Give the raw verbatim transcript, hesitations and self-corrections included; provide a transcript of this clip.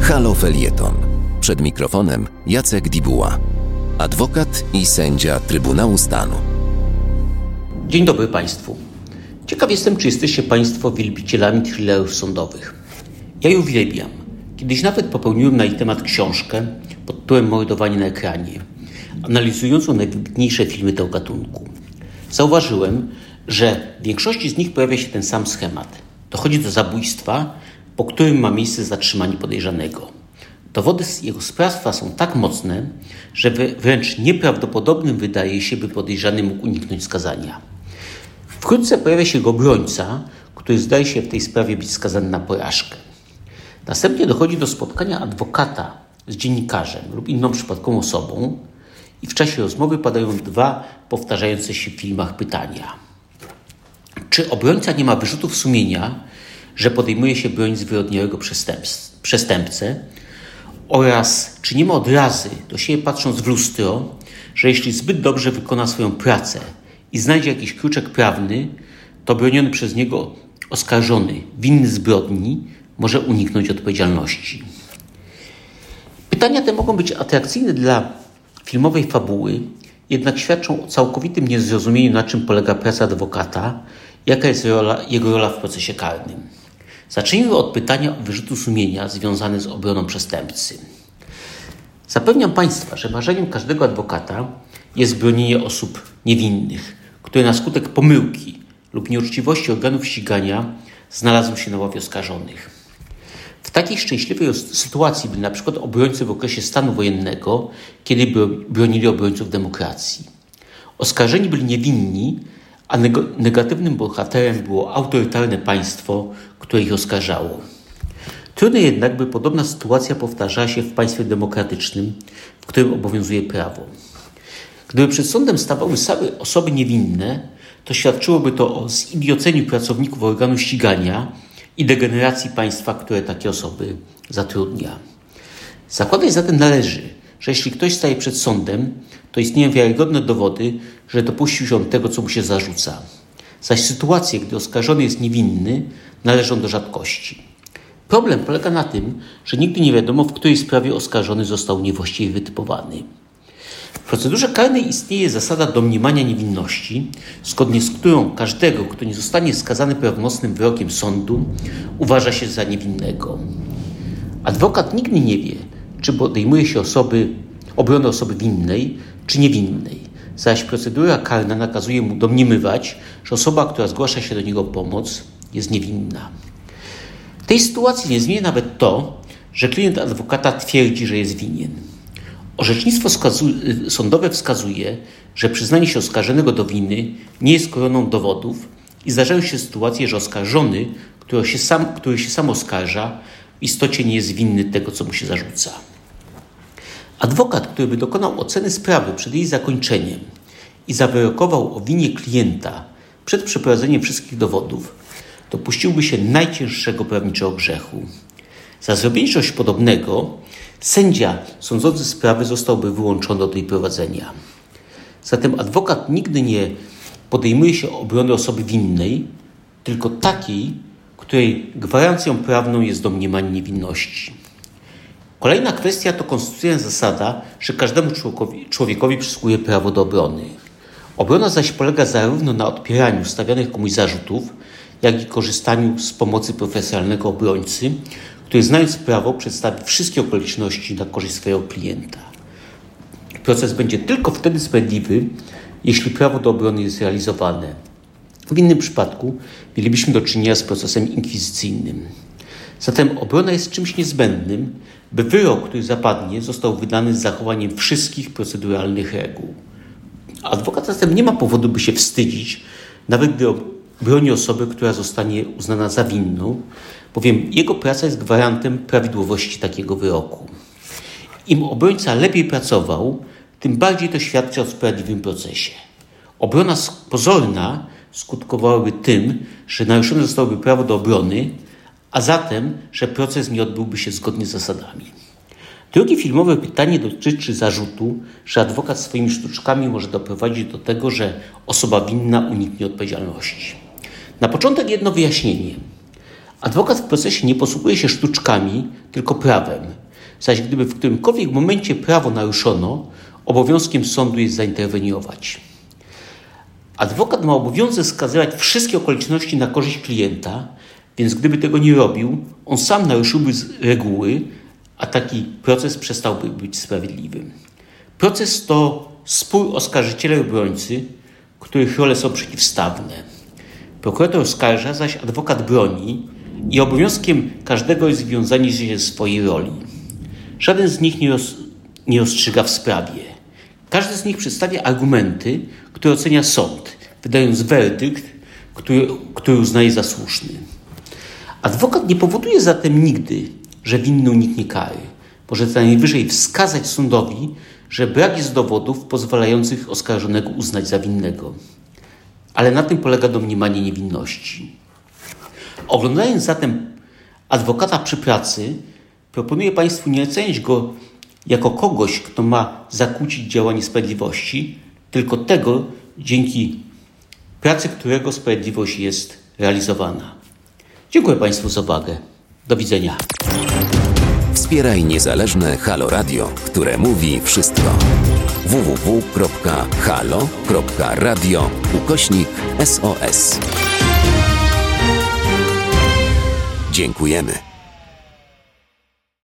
Halo Felieton. Przed mikrofonem Jacek Dibuła, adwokat i sędzia Trybunału Stanu. Dzień dobry Państwu. Ciekaw jestem, czy jesteście Państwo wielbicielami thrillerów sądowych. Ja je uwielbiam. Kiedyś nawet popełniłem na ich temat książkę pod tytułem Mordowanie na ekranie, analizującą najwybitniejsze filmy tego gatunku. Zauważyłem, że w większości z nich pojawia się ten sam schemat. Dochodzi do zabójstwa, po którym ma miejsce zatrzymanie podejrzanego. Dowody z jego sprawstwa są tak mocne, że wręcz nieprawdopodobnym wydaje się, by podejrzany mógł uniknąć skazania. Wkrótce pojawia się jego obrońca, który zdaje się w tej sprawie być skazany na porażkę. Następnie dochodzi do spotkania adwokata z dziennikarzem lub inną przypadkową osobą i w czasie rozmowy padają dwa powtarzające się w filmach pytania. Czy obrońca nie ma wyrzutów sumienia, że podejmuje się broń zwyrodniałego przestępcę, oraz czy nie ma odrazy do siebie patrząc w lustro, że jeśli zbyt dobrze wykona swoją pracę i znajdzie jakiś kruczek prawny, to broniony przez niego oskarżony, winny zbrodni, może uniknąć odpowiedzialności. Pytania te mogą być atrakcyjne dla filmowej fabuły, jednak świadczą o całkowitym niezrozumieniu, na czym polega praca adwokata, jaka jest rola, jego rola w procesie karnym. Zacznijmy od pytania o wyrzutu sumienia związane z obroną przestępcy. Zapewniam Państwa, że marzeniem każdego adwokata jest bronienie osób niewinnych, które na skutek pomyłki lub nieuczciwości organów ścigania znalazły się na ławie oskarżonych. W takiej szczęśliwej sytuacji byli na przykład obrońcy w okresie stanu wojennego, kiedy bronili obrońców demokracji. Oskarżeni byli niewinni, a negatywnym bohaterem było autorytarne państwo, które ich oskarżało. Trudno jednak, by podobna sytuacja powtarzała się w państwie demokratycznym, w którym obowiązuje prawo. Gdyby przed sądem stawały same osoby niewinne, to świadczyłoby to o zidioceniu pracowników organu ścigania i degeneracji państwa, które takie osoby zatrudnia. Zakładać zatem należy, że jeśli ktoś staje przed sądem, to istnieją wiarygodne dowody, że dopuścił się on tego, co mu się zarzuca. Zaś sytuacje, gdy oskarżony jest niewinny, należą do rzadkości. Problem polega na tym, że nigdy nie wiadomo, w której sprawie oskarżony został niewłaściwie wytypowany. W procedurze karnej istnieje zasada domniemania niewinności, zgodnie z którą każdego, kto nie zostanie skazany prawomocnym wyrokiem sądu, uważa się za niewinnego. Adwokat nigdy nie wie, czy podejmuje się osoby, obrony osoby winnej, czy niewinnej. Zaś procedura karna nakazuje mu domniemywać, że osoba, która zgłasza się do niego o pomoc, jest niewinna. W tej sytuacji nie zmienia nawet to, że klient adwokata twierdzi, że jest winien. Orzecznictwo wskazu- sądowe wskazuje, że przyznanie się oskarżonego do winy nie jest koroną dowodów i zdarzają się sytuacje, że oskarżony, który się sam, który się sam oskarża, w istocie nie jest winny tego, co mu się zarzuca. Adwokat, który by dokonał oceny sprawy przed jej zakończeniem i zawyrokował o winie klienta przed przeprowadzeniem wszystkich dowodów, dopuściłby się najcięższego prawniczego grzechu. Za zrobienie czegoś podobnego sędzia sądzący sprawy zostałby wyłączony od jej prowadzenia. Zatem adwokat nigdy nie podejmuje się obrony osoby winnej, tylko takiej, której gwarancją prawną jest domniemanie niewinności. Kolejna kwestia to konstytucyjna zasada, że każdemu człowiekowi, człowiekowi przysługuje prawo do obrony. Obrona zaś polega zarówno na odpieraniu stawianych komuś zarzutów, jak i korzystaniu z pomocy profesjonalnego obrońcy, który znając prawo przedstawi wszystkie okoliczności na korzyść swojego klienta. Proces będzie tylko wtedy sprawiedliwy, jeśli prawo do obrony jest realizowane. W innym przypadku mielibyśmy do czynienia z procesem inkwizycyjnym. Zatem obrona jest czymś niezbędnym, by wyrok, który zapadnie, został wydany z zachowaniem wszystkich proceduralnych reguł. Adwokat zatem nie ma powodu, by się wstydzić, nawet gdy broni osoby, która zostanie uznana za winną, bowiem jego praca jest gwarantem prawidłowości takiego wyroku. Im obrońca lepiej pracował, tym bardziej to świadczy o sprawiedliwym procesie. Obrona pozorna skutkowałaby tym, że naruszone zostałoby prawo do obrony, a zatem, że proces nie odbyłby się zgodnie z zasadami. Drugie filmowe pytanie dotyczy zarzutu, że adwokat swoimi sztuczkami może doprowadzić do tego, że osoba winna uniknie odpowiedzialności. Na początek jedno wyjaśnienie. Adwokat w procesie nie posługuje się sztuczkami, tylko prawem zaś gdyby w którymkolwiek momencie prawo naruszono, obowiązkiem sądu jest zainterweniować. Adwokat ma obowiązek wskazywać wszystkie okoliczności na korzyść klienta, więc gdyby tego nie robił, on sam naruszyłby reguły, a taki proces przestałby być sprawiedliwy. Proces to spór oskarżyciela i obrońcy, których role są przeciwstawne. Prokurator oskarża, zaś adwokat broni i obowiązkiem każdego jest wywiązanie się ze swojej roli. Żaden z nich nie, roz, nie rozstrzyga w sprawie. Każdy z nich przedstawia argumenty, które ocenia sąd, wydając werdykt, który, który uznaje za słuszny. Adwokat nie powoduje zatem nigdy, że winny uniknie kary. Może co najwyżej wskazać sądowi, że brak jest dowodów pozwalających oskarżonego uznać za winnego. Ale na tym polega domniemanie niewinności. Oglądając zatem adwokata przy pracy, proponuję Państwu nie oceniać go jako kogoś, kto ma zakłócić działanie sprawiedliwości, tylko tego, dzięki pracy którego sprawiedliwość jest realizowana. Dziękuję Państwu za uwagę. Do widzenia. Wspieraj niezależne Halo Radio, które mówi wszystko. w w w kropka halo kropka radio ukośnik S O S. Dziękujemy.